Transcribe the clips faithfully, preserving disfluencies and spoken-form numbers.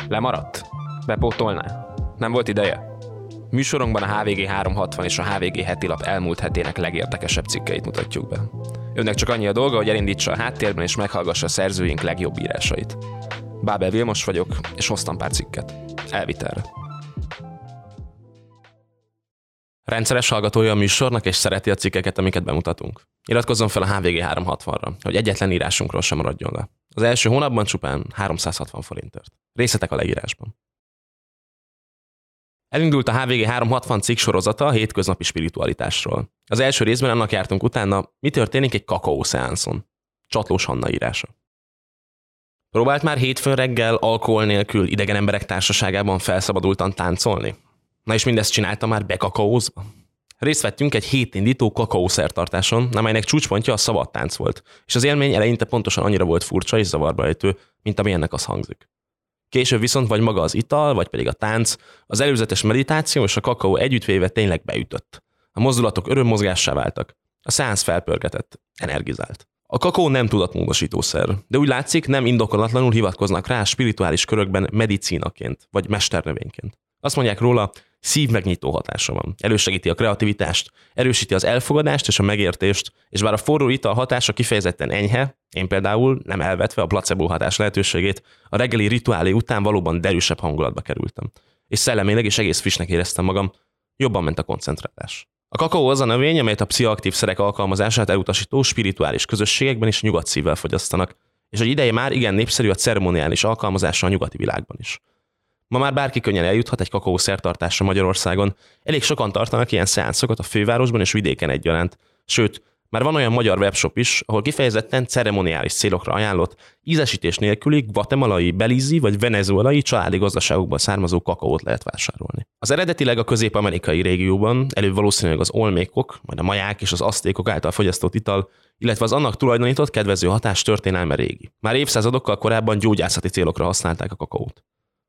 Lemaradt? Bepótolná? Nem volt ideje? Műsorunkban a há vé gé háromszázhatvan és a há vé gé heti lap elmúlt hetének legérdekesebb cikkeit mutatjuk be. Önnek csak annyi a dolga, hogy elindítsa a háttérben és meghallgassa a szerzőink legjobb írásait. Bábel Vilmos vagyok, és hoztam pár cikket. Elvitelre. Rendszeres hallgatója a műsornak, és szereti a cikkeket, amiket bemutatunk. Iratkozzon fel a há vé gé háromszázhatvanra, hogy egyetlen írásunkról sem maradjon le. Az első hónapban csupán háromszázhatvan forintért. Részletek a leírásban. Elindult a há vé gé háromszázhatvan cikk sorozata a hétköznapi spiritualitásról. Az első részben annak jártunk utána, mi történik egy kakaó szeánszon. Csatlós Hanna írása. Próbált már hétfőn reggel alkohol nélkül idegen emberek társaságában felszabadultan táncolni? Na és mindezt csinálta már bekakaózva? Részt vettünk egy hétindító kakaószertartáson, amelynek csúcspontja a szabad tánc volt, és az élmény eleinte pontosan annyira volt furcsa és zavarba ejtő, mint amilyennek az hangzik. Később viszont vagy maga az ital, vagy pedig a tánc, az előzetes meditáció és a kakaó együttvéve tényleg beütött. A mozdulatok örömmozgássá váltak. A szeánsz felpörgetett, energizált. A kakaó nem tudatmódosítószer, de úgy látszik, nem indokolatlanul hivatkoznak rá a spirituális körökben medicínaként, vagy mesternövényként. Azt mondják róla, szívmegnyitó hatása van. Elősegíti a kreativitást, erősíti az elfogadást és a megértést, és bár a forró ital hatása kifejezetten enyhe, én például, nem elvetve a placebo hatás lehetőségét, a reggeli rituálé után valóban derűsebb hangulatba kerültem. És szellemileg és egész frissnek éreztem magam, jobban ment a koncentrálás. A kakaó az a növény, amelyet a pszichoaktív szerek alkalmazását elutasító spirituális közösségekben is nyugat szívvel fogyasztanak, és egy ideje már igen népszerű a ceremoniális alkalmazása a nyugati világban is. Ma már bárki könnyen eljuthat egy kakaószertartásra Magyarországon, elég sokan tartanak ilyen szeánszokat a fővárosban és vidéken egyaránt, sőt, már van olyan magyar webshop is, ahol kifejezetten ceremoniális célokra ajánlott, ízesítés nélküli, guatemalai, belizi vagy venezuelai családi gazdaságokból származó kakaót lehet vásárolni. Az eredetileg a közép-amerikai régióban, előbb valószínűleg az olmékok, majd a maják és az aztékok által fogyasztott ital, illetve az annak tulajdonított kedvező hatás történelme régi. Már évszázadokkal korábban gyógyászati célokra használták a kakaót.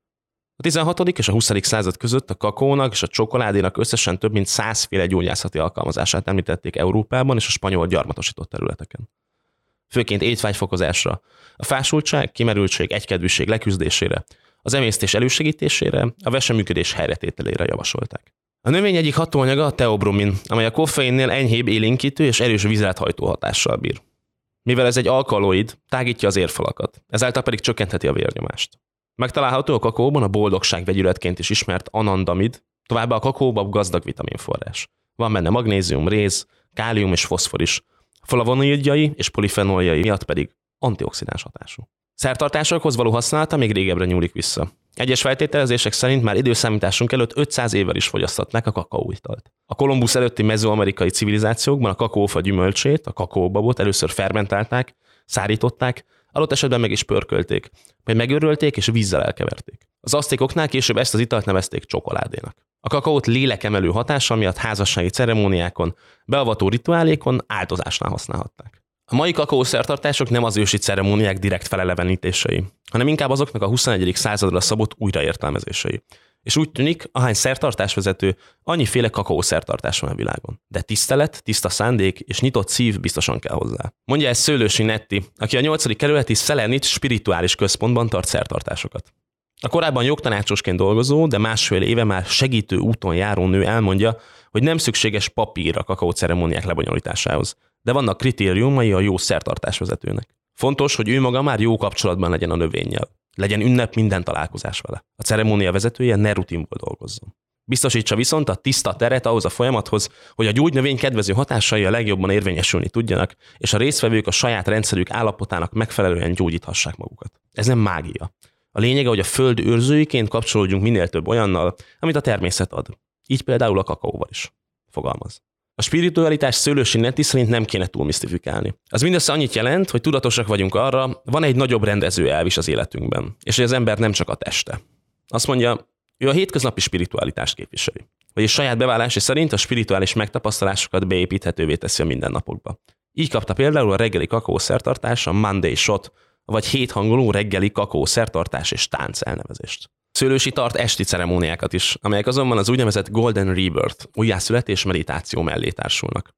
A tizenhatodik és a huszadik század között a kakaónak és a csokoládénak összesen több mint százféle gyógyászati alkalmazását említették Európában és a spanyol gyarmatosított területeken. Főként étvágyfokozásra, a fásultság, kimerültség, egykedvűség leküzdésére, az emésztés elősegítésére, a veseműködés helyretételére javasolták. A növény egyik hatóanyaga a teobromin, amely a koffeinnél enyhébb élénkítő és erős vízrethajtó hatással bír. Mivel ez egy alkaloid, tágítja az érfalakat, ezáltal pedig csökkentheti a vérnyomást. Megtalálható a kakaóban a boldogság vegyületként is ismert anandamid, továbbá a kakaóbab gazdag vitaminforrás. Van benne magnézium, réz, kálium és foszfor is, flavonoidjai és polifenoljai miatt pedig antioxidáns hatású. Szertartásokhoz való használata még régebbre nyúlik vissza. Egyes feltételezések szerint már időszámításunk előtt ötszáz évvel is fogyasztatták a kakaóitalt. A Kolumbusz előtti mezoamerikai civilizációkban a kakaófa gyümölcsét, a kakaóbabot először fermentálták, szárították, adott esetben meg is pörkölték, majd megőrölték és vízzel elkeverték. Az aztékoknál később ezt az italt nevezték csokoládénak. A kakaót lélekemelő hatása miatt házassági ceremóniákon, beavató rituálékon, áldozásnál használhatták. A mai kakaószertartások nem az ősi ceremóniák direkt felelevenítései, hanem inkább azoknak a huszonegyedik századra szabott újraértelmezései. És úgy tűnik, ahány szertartásvezető, annyiféle kakaószertartás van a világon. De tisztelet, tiszta szándék és nyitott szív biztosan kell hozzá. Mondja ezt Szőlősi Netti, aki a nyolcadik kerületi Szelenit spirituális központban tart szertartásokat. A korábban jogtanácsosként dolgozó, de másfél éve már segítő úton járó nő elmondja, hogy nem szükséges papír a kakaóceremóniák lebonyolításához, de vannak kritériumai a jó szertartásvezetőnek. Fontos, hogy ő maga már jó kapcsolatban legyen a növényel. Legyen ünnep minden találkozás vele. A ceremónia vezetője ne rutinból dolgozzon. Biztosítsa viszont a tiszta teret ahhoz a folyamathoz, hogy a gyógynövény kedvező hatásai a legjobban érvényesülni tudjanak, és a résztvevők a saját rendszerük állapotának megfelelően gyógyíthassák magukat. Ez nem mágia. A lényege, hogy a föld őrzőiként kapcsolódjunk minél több olyannal, amit a természet ad. Így például a kakaóval is. Fogalmaz. A spiritualitás Szőlősi Netti szerint nem kéne túl misztifikálni. Az mindössze annyit jelent, hogy tudatosak vagyunk arra, van egy nagyobb rendező elv is az életünkben, és hogy az ember nem csak a teste. Azt mondja, ő a hétköznapi spiritualitást képviseli. Vagyis saját bevallása szerint a spirituális megtapasztalásokat beépíthetővé teszi a mindennapokba. Így kapta például a reggeli kakaószertartás a Monday Shot, vagy héthangoló reggeli kakaószertartás és tánc elnevezést. Szőlősi tart esti ceremóniákat is, amelyek azonban az úgynevezett Golden Rebirth, újjászületés meditáció mellé társulnak.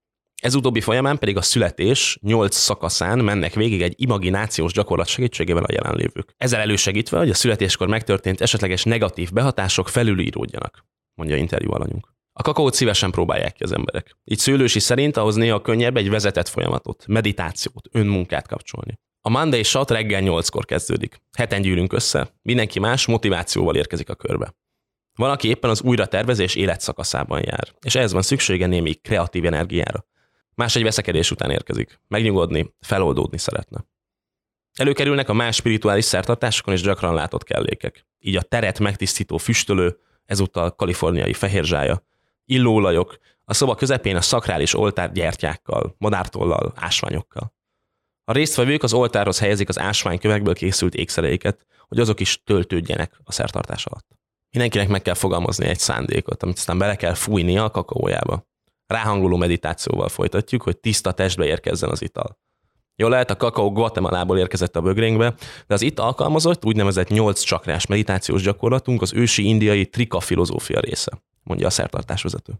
Ez utóbbi folyamán pedig a születés nyolc szakaszán mennek végig egy imaginációs gyakorlat segítségével a jelenlévők. Ezzel elősegítve, hogy a születéskor megtörtént esetleges negatív behatások felülíródjanak, mondja interjú alanyunk. A kakaót szívesen próbálják ki az emberek. Így Szőlősi szerint ahhoz néha könnyebb egy vezetett folyamatot, meditációt, önmunkát kapcsolni. A Monday Shot reggel nyolckor kezdődik. Heten gyűlünk össze, mindenki más motivációval érkezik a körbe. Van, aki éppen az újratervezés életszakaszában jár, és ehhez van szüksége némi kreatív energiára. Más egy veszekedés után érkezik, megnyugodni, feloldódni szeretne. Előkerülnek a más spirituális szertartásokon is gyakran látott kellékek. Így a teret megtisztító füstölő, ezúttal kaliforniai fehérzsája, illóolajok, a szoba közepén a szakrális oltár gyertyákkal, madártollal, ásványokkal. A résztvevők az oltárhoz helyezik az ásványkövekből készült ékszereiket, hogy azok is töltődjenek a szertartás alatt. Mindenkinek meg kell fogalmazni egy szándékot, amit aztán bele kell fújnia a kakaójába. Ráhangoló meditációval folytatjuk, hogy tiszta testbe érkezzen az ital. Jól lehet, a kakaó Guatemalából érkezett a bögrénkbe, de az itt alkalmazott úgynevezett nyolc csakrás meditációs gyakorlatunk az ősi indiai trika filozófia része, mondja a szertartásvezető.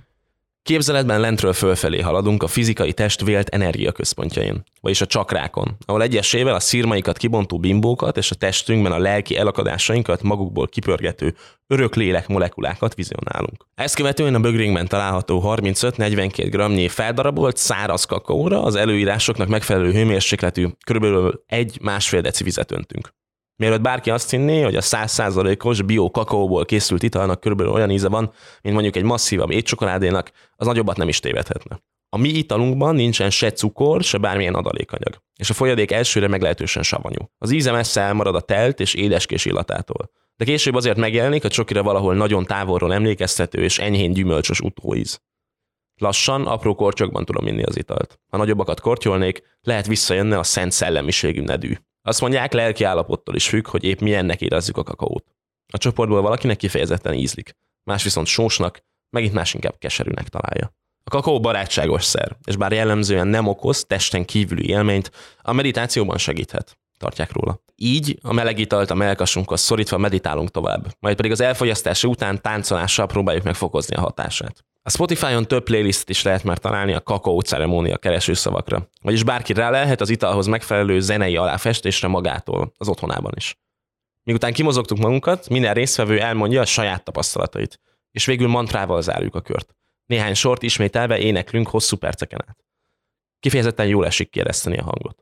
Képzeletben lentről fölfelé haladunk a fizikai test vélt energiaközpontjain, vagyis a csakrákon, ahol egyesével a szirmaikat kibontó bimbókat és a testünkben a lelki elakadásainkat magukból kipörgető örök lélek molekulákat vizionálunk. Ezt követően a bögrénkben található harmincöt-negyvenkét grammnyi feldarabolt száraz kakaóra az előírásoknak megfelelő hőmérsékletű kb. egy-másfél deci vizet öntünk. Mielőtt bárki azt hinné, hogy a száz százalékos bio kakaóból készült italnak körülbelül olyan íze van, mint mondjuk egy masszívabb étcsokoládénak, az nagyobbat nem is tévedhetne. A mi italunkban nincsen se cukor, se bármilyen adalékanyag, és a folyadék elsőre meglehetősen savanyú. Az íze messze elmarad a telt és édeskés illatától, de később azért megjelenik a csokira valahol nagyon távolról emlékeztető és enyhén gyümölcsös utóíz. Lassan, apró kortyokban tudom inni az italt. Ha nagyobbakat kortyolnék, lehet visszajönne a szent szellemiségű nedű. Azt mondják, lelki állapottól is függ, hogy épp milyennek érezzük a kakaót. A csoportból valakinek kifejezetten ízlik, más viszont sósnak, megint más inkább keserűnek találja. A kakaó barátságos szer, és bár jellemzően nem okoz testen kívüli élményt, a meditációban segíthet, tartják róla. Így a meleg italt a mellkasunkhoz szorítva meditálunk tovább, majd pedig az elfogyasztása után táncolással próbáljuk megfokozni a hatását. A Spotify-on több playlistet is lehet már találni a kakaó ceremónia keresőszavakra, vagyis bárki rá lehet az italhoz megfelelő zenei aláfestésre magától, az otthonában is. Miután kimozogtuk magunkat, minden résztvevő elmondja a saját tapasztalatait, és végül mantrával zárjuk a kört. Néhány sort ismételve éneklünk hosszú perceken át. Kifejezetten jól esik kiereszteni a hangot.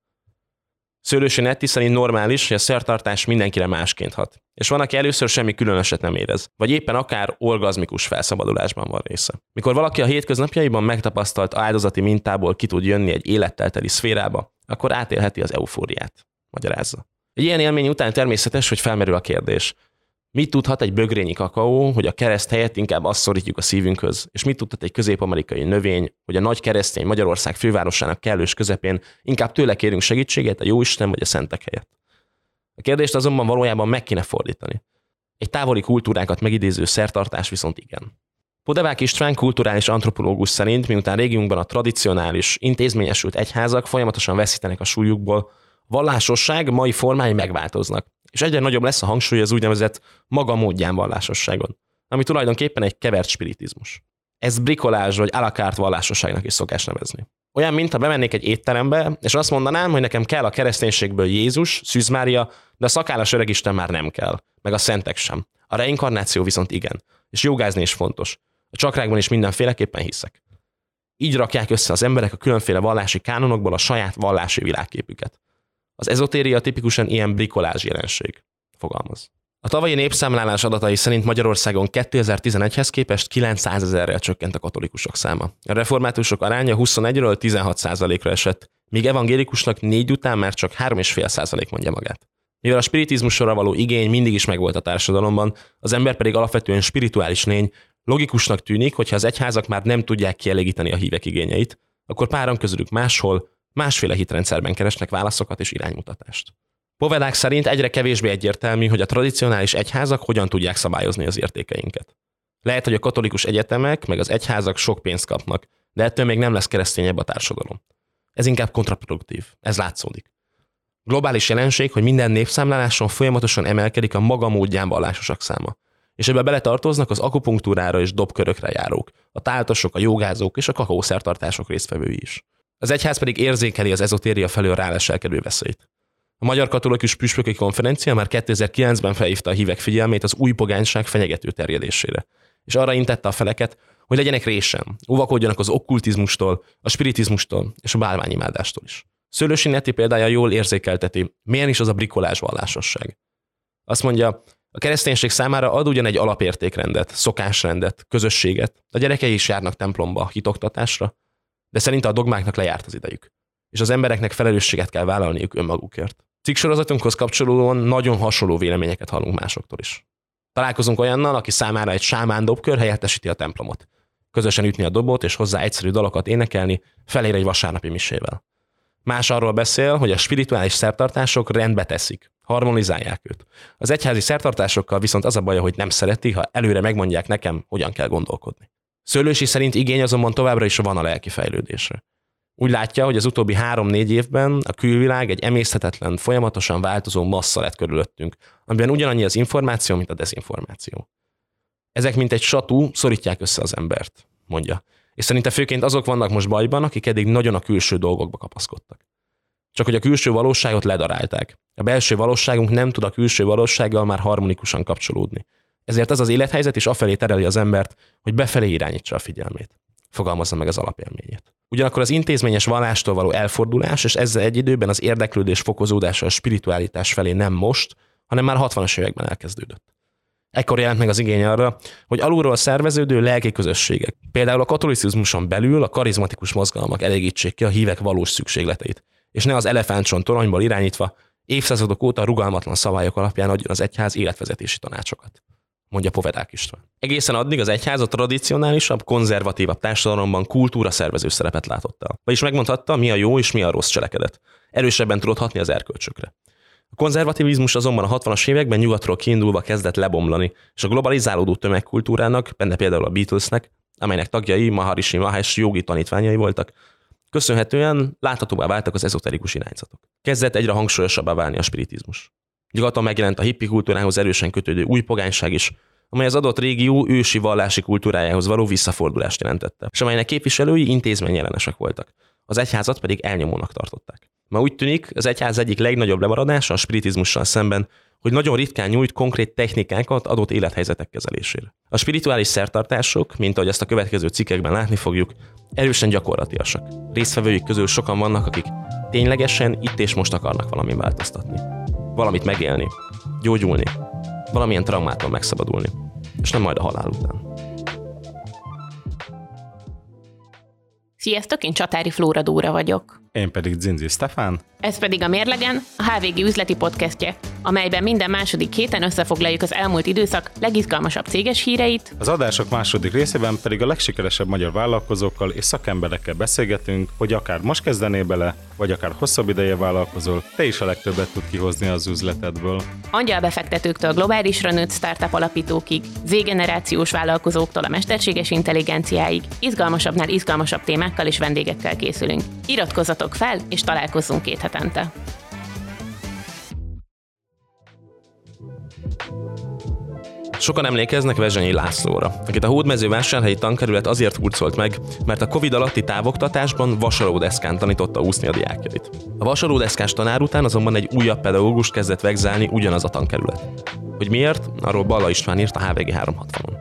Szőlősi Netti szerint normális, hogy a szertartás mindenkire másként hat, és van, aki először semmi különöset nem érez, vagy éppen akár orgazmikus felszabadulásban van része. Mikor valaki a hétköznapjaiban megtapasztalt áldozati mintából ki tud jönni egy élettel teli szférába, akkor átélheti az eufóriát, magyarázza. Egy ilyen élmény után természetes, hogy felmerül a kérdés. Mit tudhat egy bögrényi kakaó, hogy a kereszt helyett inkább azt szorítjuk a szívünkhöz, és mit tudhat egy közép-amerikai növény, hogy a nagy keresztény Magyarország fővárosának kellős közepén inkább tőle kérünk segítséget a jóisten vagy a szentek helyett. A kérdést azonban valójában meg kéne fordítani. Egy távoli kultúrákat megidéző szertartás viszont igen. Podevák István kulturális antropológus szerint, miután régiónkban a tradicionális, intézményesült egyházak folyamatosan veszítenek a súlyukból, a vallásosság mai formái megváltoznak, és egyre nagyobb lesz a hangsúly az úgynevezett maga módján vallásosságon, ami tulajdonképpen egy kevert spiritizmus. Ez brikolázs vagy à la carte vallásosságnak is szokás nevezni. Olyan, mintha bemennék egy étterembe, és azt mondanám, hogy nekem kell a kereszténységből Jézus, Szűz Mária, de a szakállas öregisten már nem kell, meg a szentek sem. A reinkarnáció viszont igen, és jogázni is fontos. A csakrákban is mindenféleképpen hiszek. Így rakják össze az emberek a különféle vallási kánonokból a saját vallási világképüket. Az ezotéria tipikusan ilyen brikolázs jelenség, fogalmaz. A tavalyi népszámlálás adatai szerint Magyarországon kétezer-tizenegyhez képest kilencszázezerrel csökkent a katolikusok száma. A reformátusok aránya huszonegyről tizenhat százalékra esett, míg evangélikusnak négy után már csak három egész öt százalék mondja magát. Mivel a spiritizmusra való igény mindig is megvolt a társadalomban, az ember pedig alapvetően spirituális lény, logikusnak tűnik, hogyha az egyházak már nem tudják kielégíteni a hívek igényeit, akkor páran közülük máshol, másféle hitrendszerben keresnek válaszokat és iránymutatást. Povedák szerint egyre kevésbé egyértelmű, hogy a tradicionális egyházak hogyan tudják szabályozni az értékeinket. Lehet, hogy a katolikus egyetemek meg az egyházak sok pénzt kapnak, de ettől még nem lesz keresztényebb a társadalom. Ez inkább kontraproduktív, ez látszódik. Globális jelenség, hogy minden népszámláláson folyamatosan emelkedik a maga módján vallásosak száma. és ebbe beletartoznak az akupunktúrára és dobkörökre járók, a táltosok, a jogázók és a kakaószertartások résztvevői is. Az egyház pedig érzékeli az ezotéria felől ráleselkedő veszélyt. A Magyar Katolikus Püspöki Konferencia már kétezer-kilencben felhívta a hívek figyelmét az új pogányság fenyegető terjedésére, és arra intette a feleket, hogy legyenek résen, óvakodjanak az okkultizmustól, a spiritizmustól és a bálványimádástól is. Szőlősi Neti példája jól érzékelteti, milyen is az a brikolás vallásosság. Azt mondja, a kereszténység számára ad ugyan egy alapértékrendet, szokásrendet, közösséget, a gyerekei is járnak templomba, hitoktatásra, de szerinte a dogmáknak lejárt az idejük, és az embereknek felelősséget kell vállalniuk önmagukért. Cikksorozatunkhoz kapcsolódóan nagyon hasonló véleményeket hallunk másoktól is. Találkozunk olyannal, aki számára egy sámán dobkör helyettesíti a templomot. Közösen ütni a dobot és hozzá egyszerű dalokat énekelni, felér egy vasárnapi misével. Más arról beszél, hogy a spirituális szertartások rendbe teszik, harmonizálják őt. Az egyházi szertartásokkal viszont az a baja, hogy nem szereti, ha előre megmondják nekem, hogyan kell gondolkodni. Szőlősi szerint igény azonban továbbra is van a lelki fejlődésre. Úgy látja, hogy az utóbbi három-négy évben a külvilág egy emészthetetlen, folyamatosan változó massza lett körülöttünk, amiben ugyanannyi az információ, mint a dezinformáció. Ezek, mint egy satú, szorítják össze az embert, mondja. És szerinte főként azok vannak most bajban, akik eddig nagyon a külső dolgokba kapaszkodtak. Csak hogy a külső valóságot ledarálták. A belső valóságunk nem tud a külső valósággal már harmonikusan kapcsolódni. Ezért ez az élethelyzet is afelé tereli az embert, hogy befelé irányítsa a figyelmét. Fogalmazza meg az alapélményét. Ugyanakkor az intézményes vallástól való elfordulás és ezzel egy időben az érdeklődés fokozódása a spiritualitás felé nem most, hanem már hatvanas években elkezdődött. Ekkor jelent meg az igény arra, hogy alulról szerveződő lelki közösségek, például a katolicizmuson belül a karizmatikus mozgalmak elégítsék ki a hívek valós szükségleteit, és ne az elefántcsont toronyból irányítva évszázadok óta rugalmatlan szabályok alapján adjon az egyház életvezetési tanácsokat, mondja Povedák István. Egészen addig az egyház a tradicionálisabb, konzervatívabb társadalomban kultúra szervező szerepet látott el. Vagyis megmondhatta, mi a jó és mi a rossz cselekedet. Erősebben tudott hatni az erkölcsökre. A konzervativizmus azonban a hatvanas években nyugatról kiindulva kezdett lebomlani, és a globalizálódó tömegkultúrának, benne például a Beatlesnek, amelynek tagjai Maharishi Mahesh jogi tanítványai voltak, köszönhetően láthatóvá váltak az ezoterikus irányzatok. Kezdett egyre hangsúlyosabbá válni a spiritizmus. Nyugaton megjelent a hippi kultúrához erősen kötődő új pogányság is, amely az adott régió ősi vallási kultúrájához való visszafordulást jelentette, és amelynek képviselői intézményjelenesek voltak, az egyházat pedig elnyomónak tartották. Ma úgy tűnik, az egyház egyik legnagyobb lemaradása a spiritizmussal szemben, hogy nagyon ritkán nyújt konkrét technikákat adott élethelyzetek kezelésére. A spirituális szertartások, mint ahogy ezt a következő cikkekben látni fogjuk, erősen gyakorlatiasak. Résztvevőik közül sokan vannak, akik ténylegesen itt és most akarnak valamin változtatni. Valamit megélni, gyógyulni, valamilyen traumától megszabadulni, és nem majd a halál után. Sziasztok, én Csatári Flóra Dóra vagyok. Én pedig Zinzi Stefán. Ez pedig a Mérlegen, a há vé gé üzleti podcastje, amelyben minden második héten összefoglaljuk az elmúlt időszak legizgalmasabb céges híreit. Az adások második részében pedig a legsikeresebb magyar vállalkozókkal és szakemberekkel beszélgetünk, hogy akár most kezdenél bele, vagy akár hosszabb ideje vállalkozol, te is a legtöbbet tud kihozni az üzletedből. Angyalbefektetőktől globálisra nőtt startup alapítókig, Z-generációs vállalkozóktól a mesterséges intelligenciáig, izgalmasabbnál izgalmasabb témákkal és vendégekkel készülünk. Iratkozzatok fel, és találkozzunk két hetente. Sokan emlékeznek Vezsenyi Lászlóra, akit a Hódmezővásárhelyi tankerület azért hurcolt meg, mert a Covid alatti távoktatásban vasalódeszkán tanította úszni a diákjait. A vasalódeszkás tanár után azonban egy újabb pedagógust kezdett vegzálni ugyanaz a tankerület. Hogy miért? Arról Balla István írt a há vé gé háromszázhatvanon.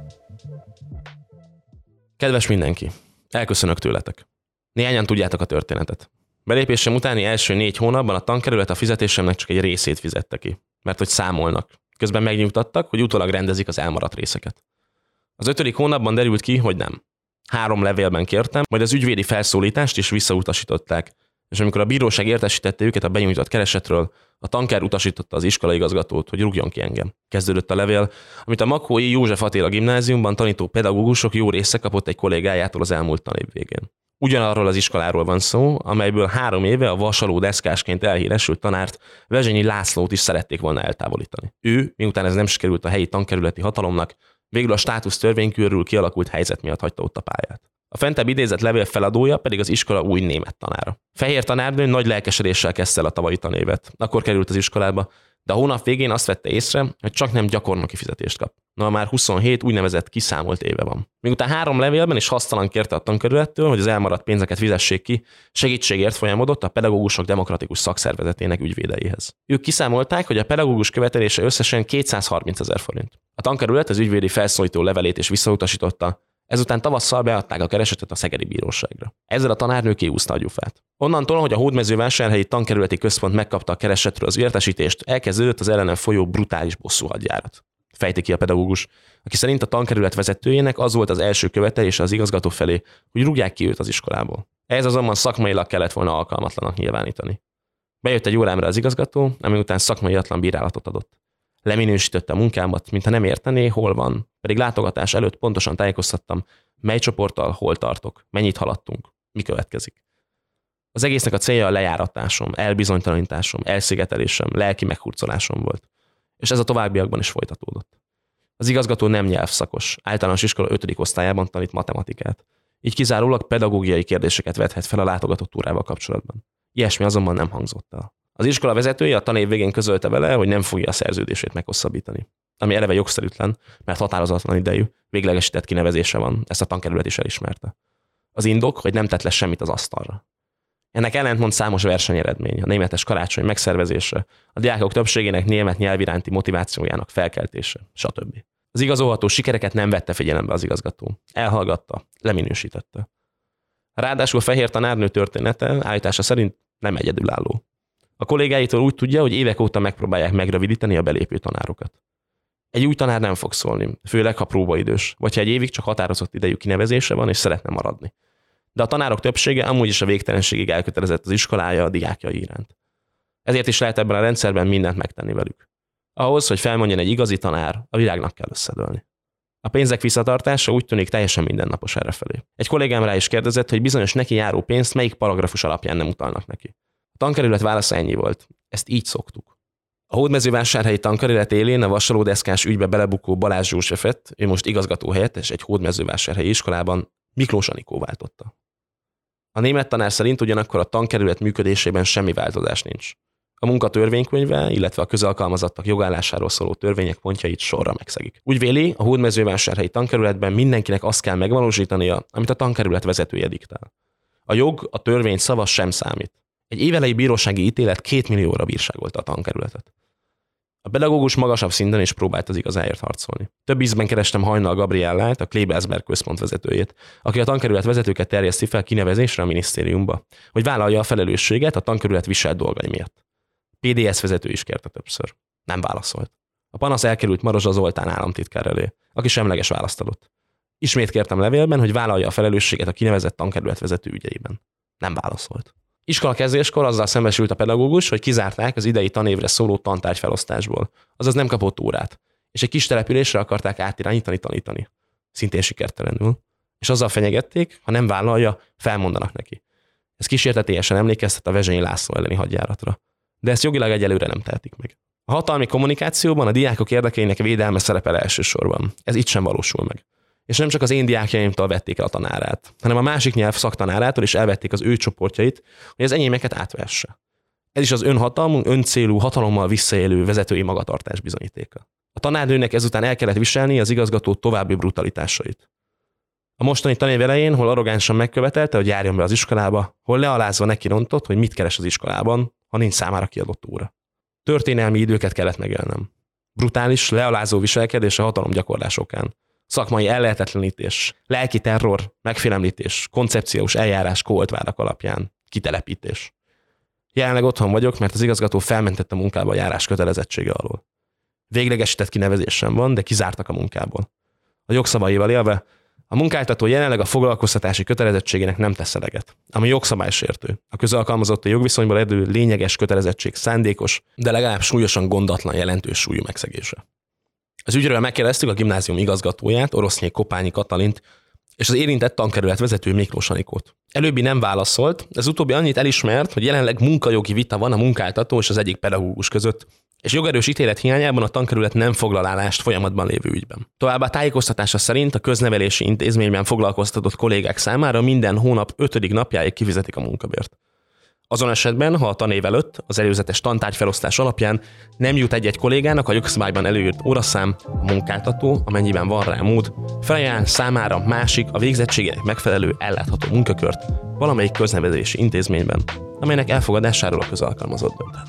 Kedves mindenki, elköszönök tőletek. Néhányan tudjátok a történetet. Belépésem utáni első négy hónapban a tankerület a fizetésemnek csak egy részét fizette ki, mert hogy számolnak. Közben megnyugtattak, hogy utólag rendezik az elmaradt részeket. Az ötödik hónapban derült ki, hogy nem. Három levélben kértem, majd az ügyvédi felszólítást is visszautasították, és amikor a bíróság értesítette őket a benyújtott keresetről, a tanker utasította az iskolaigazgatót, hogy rúgjon ki engem. Kezdődött a levél, amit a Makói József Attila gimnáziumban tanító pedagógusok jó része kapott egy kollégájától az elmúlt tanév végén. Ugyanarról az iskoláról van szó, amelyből három éve a vasaló deszkásként elhíresült tanárt, Vezsenyi Lászlót is szerették volna eltávolítani. Ő, miután ez nem sikerült a helyi tankerületi hatalomnak, végül a státusz törvény körül kialakult helyzet miatt hagyta ott a pályát. A fentebb idézett levél feladója pedig az iskola új német tanára. Fehér tanárnő nagy lelkesedéssel kezdte el a tavalyi tanévet. Akkor került az iskolába, de a hónap végén azt vette észre, hogy csak nem gyakornoki fizetést kap. Na, már huszonhét úgynevezett kiszámolt éve van. Miután három levélben is hasztalan kérte a tankerülettől, hogy az elmaradt pénzeket fizessék ki, segítségért folyamodott a Pedagógusok Demokratikus Szakszervezetének ügyvédeihez. Ők kiszámolták, hogy a pedagógus követelése összesen kétszázharmincezer forint. A tankerület az ügyvédi felszólító levelét is visszautasította, ezután tavasszal beadták a keresetet a szegedi bíróságra. Ezzel a tanárnő kiúszta a gyufát. Onnantól, hogy a Hódmezővásárhelyi Tankerületi Központ megkapta a keresetről az értesítést, elkezdődött az ellenem folyó brutális bosszúhadjárat. Fejti ki a pedagógus, aki szerint a tankerület vezetőjének az volt az első követelése az igazgató felé, hogy rúgják ki őt az iskolából. Ez azonban szakmailag kellett volna alkalmatlanak nyilvánítani. Bejött egy órámra az igazgató, ami után szakmaiatlan bírálatot adott. Leminősítette a munkámat, mintha nem értené, hol van, pedig látogatás előtt pontosan tájékoztattam, mely csoporttal hol tartok, mennyit haladtunk, mi következik. Az egésznek a célja a lejáratásom, elbizonytalanításom, elszigetelésem, lelki meghurcolásom volt. És ez a továbbiakban is folytatódott. Az igazgató nem nyelvszakos, általános iskola ötödik osztályában tanít matematikát, így kizárólag pedagógiai kérdéseket vethet fel a látogatott órával kapcsolatban. Ilyesmi azonban nem hangzott el. Az iskola vezetője a tanév végén közölte vele, hogy nem fogja a szerződését meghosszabbítani. Ami eleve jogszerűtlen, mert határozatlan idejű, véglegesített kinevezése van, ezt a tankerület is elismerte. Az indok, hogy nem tett le semmit az asztalra. Ennek ellentmond számos versenyeredmény, a németes karácsony megszervezése, a diákok többségének német nyelv iránti motivációjának felkeltése, stb. Az igazolható sikereket nem vette figyelembe az igazgató. Elhallgatta, leminősítette. Ráadásul a fehér tanárnő története állítása szerint nem egyedülálló. A kollégáitól úgy tudja, hogy évek óta megpróbálják megrövidíteni a belépő tanárokat. Egy új tanár nem fog szólni, főleg ha próbaidős, vagy ha egy évig csak határozott idejű kinevezése van és szeretne maradni. De a tanárok többsége amúgy is a végtelenségig elkötelezett az iskolája a diákjai iránt. Ezért is lehet ebben a rendszerben mindent megtenni velük. Ahhoz, hogy felmondjon egy igazi tanár, a világnak kell összedőlni. A pénzek visszatartása úgy tűnik teljesen mindennapos errefelé. Egy kollégám rá is kérdezett, hogy bizonyos neki járó pénzt melyik paragrafus alapján nem utalnak neki. A tankerület válasza ennyi volt. Ezt így szoktuk. A Hódmezővásárhelyi Tankerület élén a vasalódeszkás ügybe belebukó Balázs Józsefet, ő most igazgató helyettes egy hódmezővásárhelyi iskolában, Miklós Anikó váltotta. A német tanár szerint ugyanakkor a tankerület működésében semmi változás nincs. A munka törvénykönyve, illetve a közalkalmazottak jogállásáról szóló törvények pontjait sorra megszegik. Úgy véli, a Hódmezővásárhelyi Tankerületben mindenkinek azt kell megvalósítania, amit a tankerület vezetője diktál. A jog, a törvény szava sem számít. Egy évelei bírósági ítélet két millióra bírságolta a tankerületet. A pedagógus magasabb szinten is próbált az igazáért harcolni. Több ízben kerestem Hajnal Gabriellát, a Klebersberg központ vezetőjét, aki a tankerület vezetőket terjeszti fel kinevezésre a minisztériumba, hogy vállalja a felelősséget a tankerület viselt dolgai miatt. pé dé es vezető is kérte többször. Nem válaszolt. A panasz elkerült Marozsa Zoltán államtitkár elé, aki semleges választ adott. Ismét kértem levélben, hogy vállalja a felelősséget a kinevezett tankerület vezető ügyeiben. Nem válaszolt. Iskola kezdéskor azzal szembesült a pedagógus, hogy kizárták az idei tanévre szóló tantárgy felosztásból, azaz nem kapott órát, és egy kis településre akarták átirányítani tanítani. Szintén sikertelenül. És azzal fenyegették, ha nem vállalja, felmondanak neki. Ez kísértetélyesen emlékeztet a Vezsenyi László elleni hadjáratra. De ezt jogilag egyelőre nem tehetik meg. A hatalmi kommunikációban a diákok érdekeinek védelme szerepel elsősorban. Ez itt sem valósul meg. És nem csak az én diákjaimtól vették el a tanárát, hanem a másik nyelv szaktanárától is elvették az ő csoportjait, hogy az enyémeket átvesse. Ez is az önhatalmú, öncélú, hatalommal visszaélő vezetői magatartás bizonyítéka. A tanárnőnek ezután el kellett viselni az igazgató további brutalitásait. A mostani tanév elején, hol arrogánsan megkövetelte, hogy járjon be az iskolába, hol lealázva neki rontott, hogy mit keres az iskolában, ha nincs számára kiadott óra. Történelmi időket kellett megélnem. Brutális, lealázó viselkedés a hatalomgyakorlás okán. Szakmai ellehetetlenítés, lelki terror, megfélemlítés, koncepciós eljárás kóolt vádak alapján, kitelepítés. Jelenleg otthon vagyok, mert az igazgató felmentett a munkába a járás kötelezettsége alól. Véglegesített kinevezés sem van, de kizártak a munkából. A jogszabályéval élve, a munkáltató jelenleg a foglalkoztatási kötelezettségének nem tesz eleget, ami jogszabálysértő. A közalkalmazotti jogviszonyból eredő lényeges kötelezettség szándékos, de legalább súlyosan gondatlan jelentős súlyú megszegése. Az ügyről megkérdeztük a gimnázium igazgatóját, Orosznyai Kopányi Katalint, és az érintett tankerület vezető Miklós Anikót. Előbbi nem válaszolt, ez utóbbi annyit elismert, hogy jelenleg munkajogi vita van a munkáltató és az egyik pedagógus között, és jogerős ítélet hiányában a tankerület nem foglal állást folyamatban lévő ügyben. Továbbá tájékoztatása szerint a köznevelési intézményben foglalkoztatott kollégák számára minden hónap ötödik napjáig kifizetik a munkabért. Azon esetben, ha a tanév előtt az előzetes tantárgyfelosztás alapján nem jut egy-egy kollégának a jogszabályban előírt óraszám, a munkáltató, amennyiben van rá mód, felajánl számára másik a végzettségének megfelelő ellátható munkakört valamelyik köznevelési intézményben, amelynek elfogadásáról a közalkalmazott dönthet.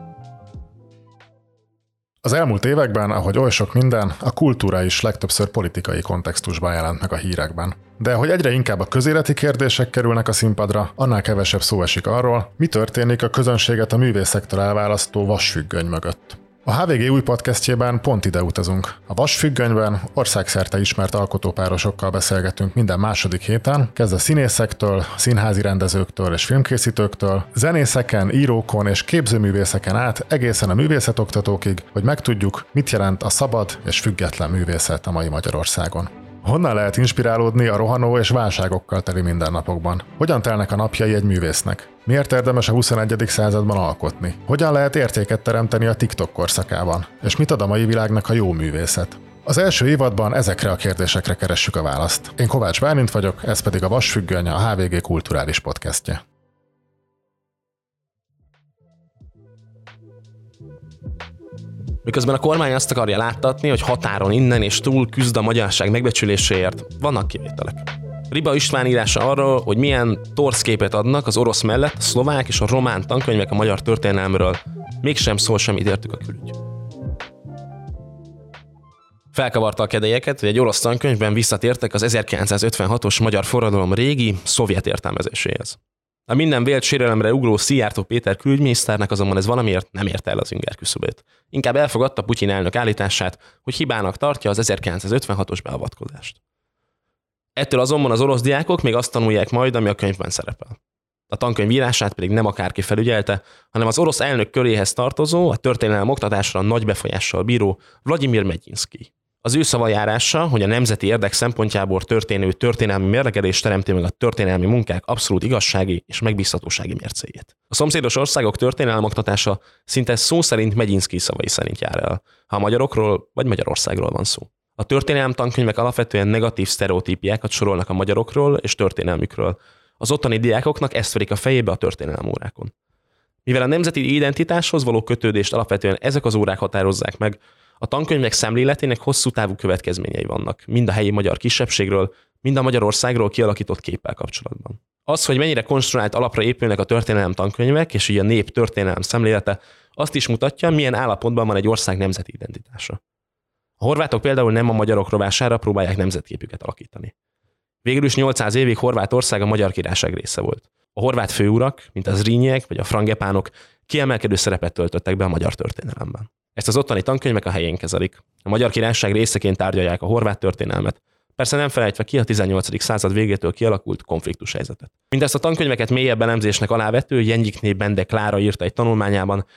Az elmúlt években, ahogy oly sok minden, a kultúra is legtöbbször politikai kontextusban jelent meg a hírekben. De hogy egyre inkább a közéleti kérdések kerülnek a színpadra, annál kevesebb szó esik arról, mi történik a közönséget a művészektől elválasztó vasfüggöny mögött. A há vé gé új podcastjében pont ide utazunk. A vasfüggönyben országszerte ismert alkotópárosokkal beszélgetünk minden második héten, kezdve színészektől, színházi rendezőktől és filmkészítőktől, zenészeken, írókon és képzőművészeken át egészen a művészetoktatókig, hogy megtudjuk, mit jelent a szabad és független művészet a mai Magyarországon. Honnan lehet inspirálódni a rohanó és válságokkal teli mindennapokban? Hogyan telnek a napjai egy művésznek? Miért érdemes a huszonegyedik században alkotni? Hogyan lehet értéket teremteni a TikTok korszakában? És mit ad a mai világnak a jó művészet? Az első évadban ezekre a kérdésekre keressük a választ. Én Kovács Bálint vagyok, ez pedig a Vasfüggöny, a há vé gé kulturális podcastje. Miközben a kormány azt akarja láttatni, hogy határon innen és túl küzd a magyarság megbecsüléséért, vannak kivételek. Riba István írása arról, hogy milyen torz képet adnak az orosz mellett a szlovák és a román tankönyvek a magyar történelmről, mégsem szól semmit értük a külügy. Felkavarta a kedélyeket, hogy egy orosz tankönyvben visszatértek az ezerkilencszázötvenhatos magyar forradalom régi, szovjet értelmezéséhez. A minden vélt sérelemre ugró Szijjártó Péter külügyminiszternek azonban ez valamiért nem érte el az inger küszöbét. Inkább elfogadta Putyin elnök állítását, hogy hibának tartja az ezerkilencszázötvenhatos beavatkozást. Ettől azonban az orosz diákok még azt tanulják majd, ami a könyvben szerepel. A tankönyv írását pedig nem akárki felügyelte, hanem az orosz elnök köréhez tartozó, a történelem oktatásra nagy befolyással bíró Vladimir Megyinszkij. Az ő szavajárása, hogy a nemzeti érdek szempontjából történő történelmi mérlegelés teremti meg a történelmi munkák abszolút igazsági és megbízhatósági mércéjét. A szomszédos országok történelmoktatása szinte szó szerint Megyinszkij szavai szerint jár el, ha a magyarokról vagy Magyarországról van szó. A történelem tankönyvek alapvetően negatív sztereotípiákat sorolnak a magyarokról és történelmükről. Az ottani diákoknak ezt verik a fejébe a történelem órákon. Mivel a nemzeti identitáshoz való kötődést alapvetően ezek az órák határozzák meg, a tankönyvek szemléletének hosszú távú következményei vannak, mind a helyi magyar kisebbségről, mind a Magyarországról kialakított képpel kapcsolatban. Az, hogy mennyire konstruált alapra épülnek a történelem tankönyvek, és így a nép történelem szemlélete, azt is mutatja, milyen állapotban van egy ország nemzeti identitása. A horvátok például nem a magyarok rovására próbálják nemzetképüket alakítani. Végül is nyolcszáz évig Horvátország a Magyar Királyság része volt. A horvát főurak, mint a Zrínyiek vagy a frangepánok kiemelkedő szerepet töltöttek be a magyar történelemben. Ezt az ottani tankönyvek a helyén kezelik. A Magyar Királyság részeként tárgyalják a horvát történelmet, persze nem felejtve ki a tizennyolcadik század végétől kialakult konfliktus helyzetet. Mindezt a tankönyveket mélyebb elemzésnek alávető Jengyikné Bende Klára írta egy tanulmányában,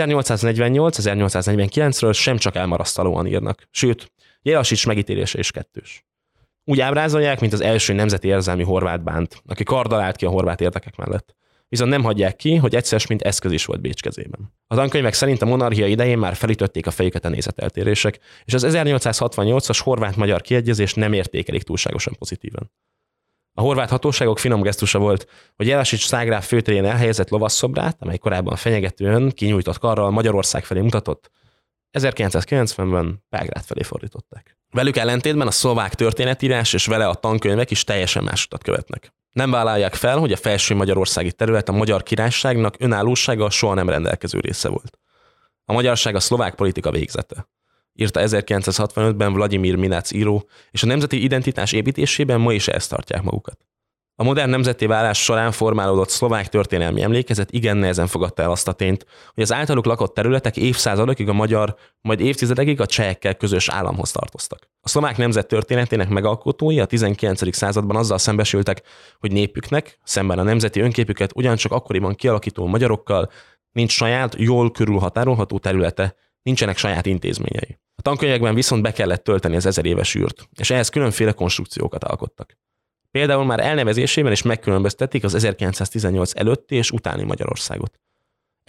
ezernyolcszáznegyvennyolc-ezernyolcszáznegyvenkilencről sem csak elmarasztalóan írnak, sőt, Jelasics megítélése is kettős. Úgy ábrázolják, mint az első nemzeti érzelmi horvát bánt, aki karddal állt ki a horvát érdekek mellett. Viszont nem hagyják ki, hogy egyszer mint eszköz is volt Bécs kezében. A tankönyvek szerint a monarchia idején már felütötték a fejüket a nézeteltérések, és az ezernyolcszázhatvannyolcas horvát-magyar kiegyezést nem értékelik túlságosan pozitívan. A horvát hatóságok finom gesztusa volt, hogy Jelasics szágráf főterén elhelyezett lovasszobrát, amely korábban fenyegetően kinyújtott karral Magyarország felé mutatott, ezerkilencszázkilencvenben Belgrád felé fordították. Velük ellentétben a szlovák történetírás és vele a tankönyvek is teljesen más utat követnek. Nem vállalják fel, hogy a felső magyarországi terület a Magyar Királyságnak önállósága soha nem rendelkező része volt. A magyarság a szlovák politika végzete, írta ezerkilencszázhatvanötben Vladimir Minac író, és a nemzeti identitás építésében ma is ezt tartják magukat. A modern nemzeti válás során formálódott szlovák történelmi emlékezet igen nehezen fogadta el azt a tényt, hogy az általuk lakott területek évszázadokig a magyar, majd évtizedekig a csehekkel közös államhoz tartoztak. A szlovák nemzet történetének megalkotói a tizenkilencedik században azzal szembesültek, hogy népüknek, szemben a nemzeti önképüket ugyancsak akkoriban kialakító magyarokkal nincs saját, jól körülhatárolható területe, nincsenek saját intézményei. A tankönyvekben viszont be kellett tölteni az ezer éves űrt, és ehhez különféle konstrukciókat alkottak. Például már elnevezésében is megkülönböztetik az ezerkilencszáztizennyolc előtti és utáni Magyarországot.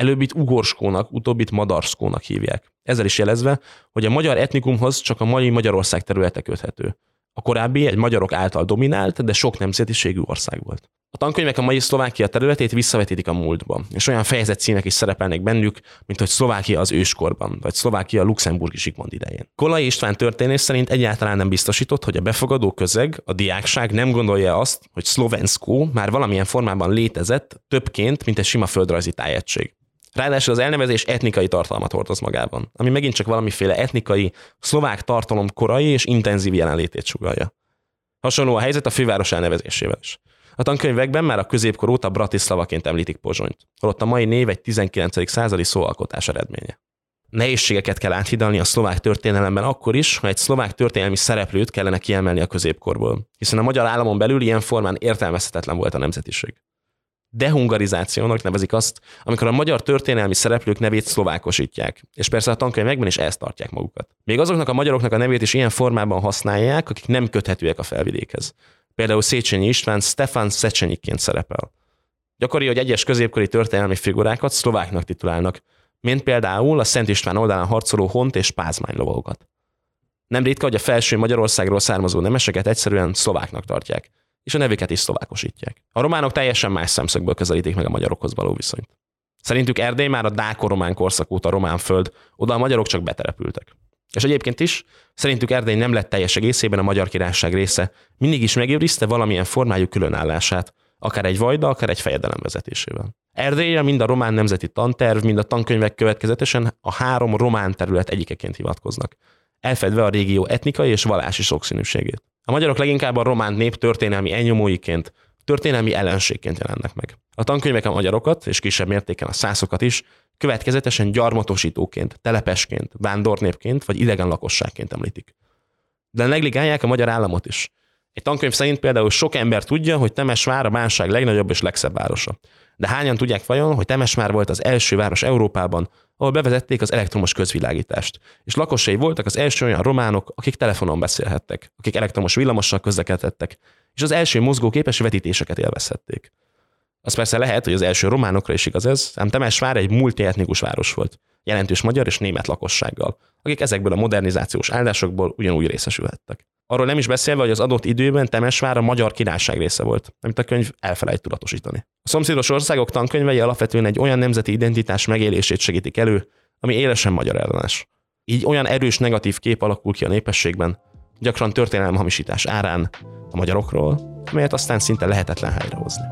Előbbit ugorskónak, utóbbit madarszkónak hívják. Ezzel is jelezve, hogy a magyar etnikumhoz csak a mai Magyarország területe köthető. A korábbi egy magyarok által dominált, de sok nemzetiségű ország volt. A tankönyvek a mai Szlovákia területét visszavetítik a múltba, és olyan fejezet címek is szerepelnek bennük, mint hogy Szlovákia az őskorban, vagy Szlovákia luxemburgi Zsigmond idején. Kollai István történész szerint egyáltalán nem biztosított, hogy a befogadó közeg, a diákság nem gondolja azt, hogy szlovenszkó már valamilyen formában létezett többként, mint egy sima földrajzi tájegység. Ráadásul az elnevezés etnikai tartalmat hordoz magában, ami megint csak valamiféle etnikai, szlovák tartalom korai és intenzív jelenlétét sugallja. Hasonló a helyzet a főváros elnevezésével is. A tankönyvekben már a középkor óta Bratislavaként említik Pozsonyt, holott a mai név egy tizenkilencedik századi szóalkotás eredménye. Nehézségeket kell áthidalni a szlovák történelemben akkor is, ha egy szlovák történelmi szereplőt kellene kiemelni a középkorból, hiszen a magyar államon belül ilyen formán értelmezhetetlen volt a nemzetiség. Dehungarizációnak nevezik azt, amikor a magyar történelmi szereplők nevét szlovákosítják, és persze a tankönyvekben is ezt tartják magukat. Még azoknak a magyaroknak a nevét is ilyen formában használják, akik nem köthetőek a felvidékhez. Például Széchenyi István Stefan Szecsenyiként szerepel. Gyakori, hogy egyes középkori történelmi figurákat szlováknak titulálnak, mint például a Szent István oldalán harcoló hont és pázmány lovagokat. Nem ritka, hogy a felső Magyarországról származó nemeseket egyszerűen szlováknak tartják, és a nevüket is szlovákosítják. A románok teljesen más szemszögből közelítik meg a magyarokhoz való viszonyt. Szerintük Erdély már a dáko-román korszak óta román föld, oda a magyarok csak beterepültek. És egyébként is, szerintük Erdély nem lett teljes egészében a Magyar Királyság része, mindig is megőrizte valamilyen formájú különállását, akár egy vajda, akár egy fejedelem vezetésével. Erdélyre mind a román nemzeti tanterv, mind a tankönyvek következetesen a három román terület egyikeként hivatkoznak, elfedve a régió etnikai és vallási sokszínűségét. A magyarok leginkább a román nép történelmi elnyomóiként, történelmi ellenségként jelennek meg. A tankönyvek a magyarokat, és kisebb mértéken a szászokat is, következetesen gyarmatosítóként, telepesként, vándornépként vagy idegen lakosságként említik. De negligálják a magyar államot is. Egy tankönyv szerint például sok ember tudja, hogy Temesvár a Bánság legnagyobb és legszebb városa. De hányan tudják vajon, hogy Temesvár volt az első város Európában, ahol bevezették az elektromos közvilágítást, és lakosai voltak az első olyan románok, akik telefonon beszélhettek, akik elektromos villamossal közlekedhettek, és az első mozgóképes vetítéseket élvezhették. Az persze lehet, hogy az első románokra is igaz ez, ám Temesvár egy multietnikus város volt, jelentős magyar és német lakossággal, akik ezekből a modernizációs áldásokból ugyanúgy részesülhettek. Arról nem is beszélve, hogy az adott időben Temesvár a Magyar Királyság része volt, amit a könyv elfelejt tudatosítani. A szomszédos országok tankönyvei alapvetően egy olyan nemzeti identitás megélését segítik elő, ami élesen magyar ellenes. Így olyan erős negatív kép alakul ki a népességben, gyakran történelmi hamisítás árán a magyarokról, amelyet aztán szinte lehetetlen helyrehozni.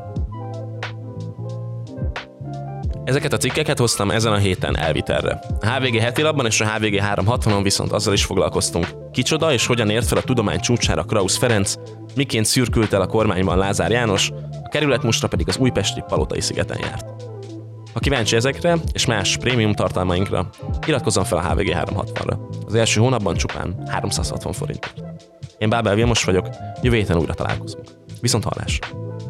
Ezeket a cikkeket hoztam ezen a héten elvitelre. A há vé gé heti labban és a há vé gé háromszázhatvanon viszont azzal is foglalkoztunk. Kicsoda és hogyan ért fel a tudomány csúcsára Krausz Ferenc, miként szürkült el a kormányban Lázár János, a kerületmustra pedig az újpesti Palotai szigeten járt. Ha kíváncsi ezekre és más prémium tartalmainkra, iratkozzon fel a há vé gé háromszázhatvanra. Az első hónapban csupán háromszázhatvan forintért. Én Bábel Vilmos vagyok, jövő héten újra találkozunk. Viszont hallásra!